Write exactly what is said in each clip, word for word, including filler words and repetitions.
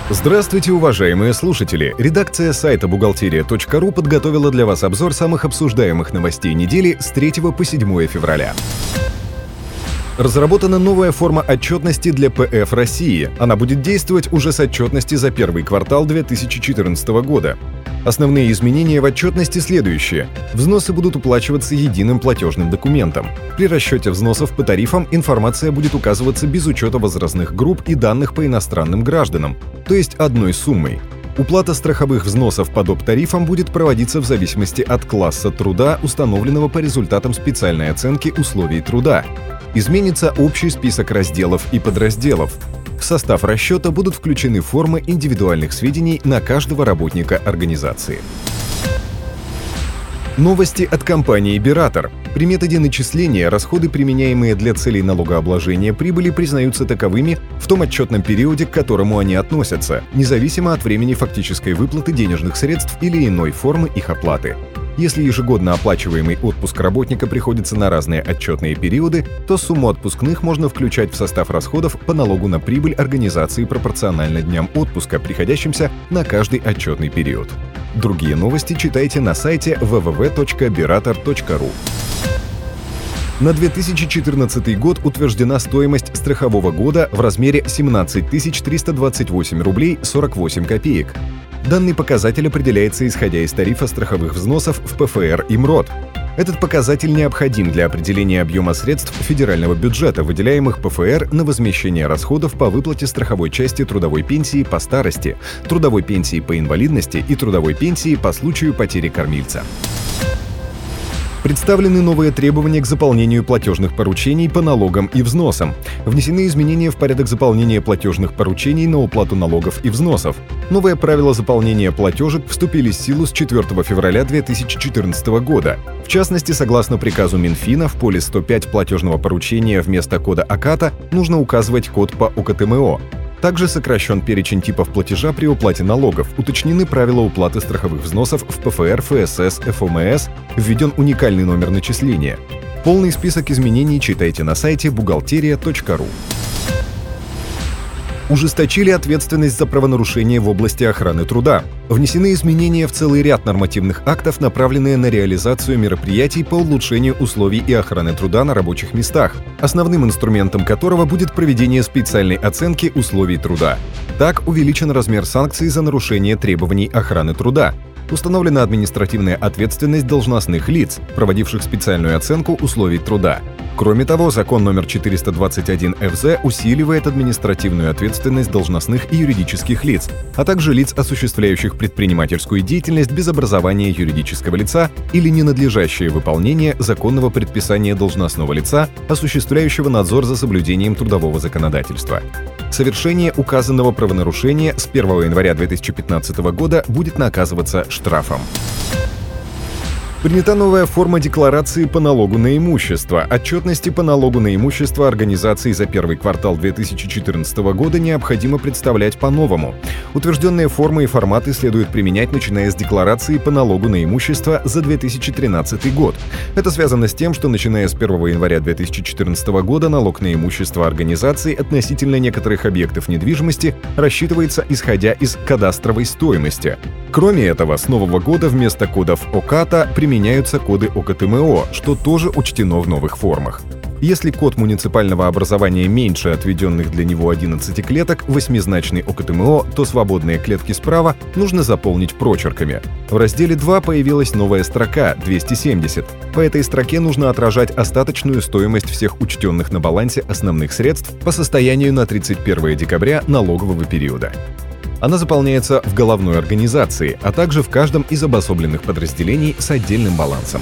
Здравствуйте, уважаемые слушатели! Редакция сайта бухгалтерия точка ру подготовила для вас обзор самых обсуждаемых новостей недели с третьего по седьмое февраля. Разработана новая форма отчетности для пэ эф России. Она будет действовать уже с отчетности за первый квартал две тысячи четырнадцатого года. Основные изменения в отчетности следующие. Взносы будут уплачиваться единым платежным документом. При расчете взносов по тарифам информация будет указываться без учета возрастных групп и данных по иностранным гражданам, то есть одной суммой. Уплата страховых взносов по доп. Тарифам будет проводиться в зависимости от класса труда, установленного по результатам специальной оценки условий труда. Изменится общий список разделов и подразделов. В состав расчета будут включены формы индивидуальных сведений на каждого работника организации. Новости от компании «Биратор». При методе начисления расходы, применяемые для целей налогообложения прибыли, признаются таковыми в том отчетном периоде, к которому они относятся, независимо от времени фактической выплаты денежных средств или иной формы их оплаты. Если ежегодно оплачиваемый отпуск работника приходится на разные отчетные периоды, то сумму отпускных можно включать в состав расходов по налогу на прибыль организации пропорционально дням отпуска, приходящимся на каждый отчетный период. Другие новости читайте на сайте дабл ю дабл ю дабл ю точка биратор точка ру. На две тысячи четырнадцатый год утверждена стоимость страхового года в размере семнадцать тысяч триста двадцать восемь рублей сорок восемь копеек. Данный показатель определяется исходя из тарифа страховых взносов в пэ эф эр и эм эр о д. Этот показатель необходим для определения объема средств федерального бюджета, выделяемых пэ эф эр на возмещение расходов по выплате страховой части трудовой пенсии по старости, трудовой пенсии по инвалидности и трудовой пенсии по случаю потери кормильца. Представлены новые требования к заполнению платежных поручений по налогам и взносам. Внесены изменения в порядок заполнения платежных поручений на уплату налогов и взносов. Новые правила заполнения платежек вступили в силу с четвёртого февраля две тысячи четырнадцатого года. В частности, согласно приказу Минфина, в поле сто пять платежного поручения вместо кода ОКАТа нужно указывать код по о ка тэ эм о. Также сокращен перечень типов платежа при уплате налогов, уточнены правила уплаты страховых взносов в пэ эф эр, эф эс эс, эф эм эс, введен уникальный номер начисления. Полный список изменений читайте на сайте бухгалтерия точка ру. Ужесточили ответственность за правонарушения в области охраны труда. Внесены изменения в целый ряд нормативных актов, направленные на реализацию мероприятий по улучшению условий и охраны труда на рабочих местах, основным инструментом которого будет проведение специальной оценки условий труда. Так, увеличен размер санкций за нарушение требований охраны труда. Установлена административная ответственность должностных лиц, проводивших специальную оценку условий труда. Кроме того, закон номер четыреста двадцать один эф зэ усиливает административную ответственность должностных и юридических лиц, а также лиц, осуществляющих предпринимательскую деятельность без образования юридического лица или ненадлежащее выполнение законного предписания должностного лица, осуществляющего надзор за соблюдением трудового законодательства. Совершение указанного правонарушения с первого января две тысячи пятнадцатого года будет наказываться штрафом. Принята новая форма декларации по налогу на имущество. Отчетности по налогу на имущество организаций за первый квартал две тысячи четырнадцатого года необходимо представлять по-новому. Утвержденные формы и форматы следует применять, начиная с декларации по налогу на имущество за две тысячи тринадцатый год. Это связано с тем, что начиная с первого января две тысячи четырнадцатого года налог на имущество организаций относительно некоторых объектов недвижимости рассчитывается исходя из кадастровой стоимости. Кроме этого, с нового года вместо кодов ОКАТа применяются коды о ка тэ эм о, что тоже учтено в новых формах. Если код муниципального образования меньше отведенных для него одиннадцати клеток, восьмизначный о ка тэ эм о, то свободные клетки справа нужно заполнить прочерками. В разделе два появилась новая строка двести семьдесят. По этой строке нужно отражать остаточную стоимость всех учтенных на балансе основных средств по состоянию на тридцать первое декабря налогового периода. Она заполняется в головной организации, а также в каждом из обособленных подразделений с отдельным балансом.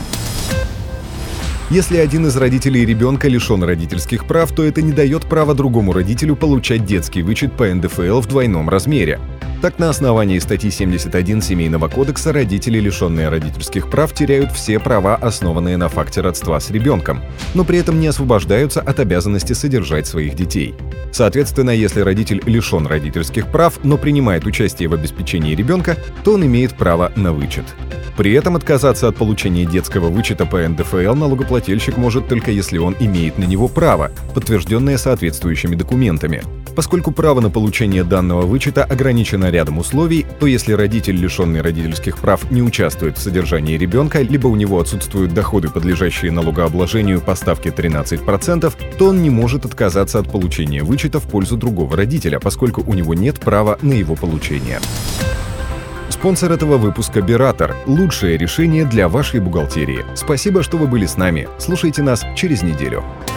Если один из родителей ребенка лишен родительских прав, то это не дает права другому родителю получать детский вычет по эн дэ эф эл в двойном размере. Так, на основании статьи семьдесят один Семейного кодекса родители, лишенные родительских прав, теряют все права, основанные на факте родства с ребенком, но при этом не освобождаются от обязанности содержать своих детей. Соответственно, если родитель лишен родительских прав, но принимает участие в обеспечении ребенка, то он имеет право на вычет. При этом отказаться от получения детского вычета по эн дэ эф эл налогоплательщик может только если он имеет на него право, подтвержденное соответствующими документами. Поскольку право на получение данного вычета ограничено рядом условий, то если родитель, лишенный родительских прав, не участвует в содержании ребенка, либо у него отсутствуют доходы, подлежащие налогообложению по ставке тринадцать процентов, то он не может отказаться от получения вычета в пользу другого родителя, поскольку у него нет права на его получение. Спонсор этого выпуска — Биратор. Лучшее решение для вашей бухгалтерии. Спасибо, что вы были с нами. Слушайте нас через неделю.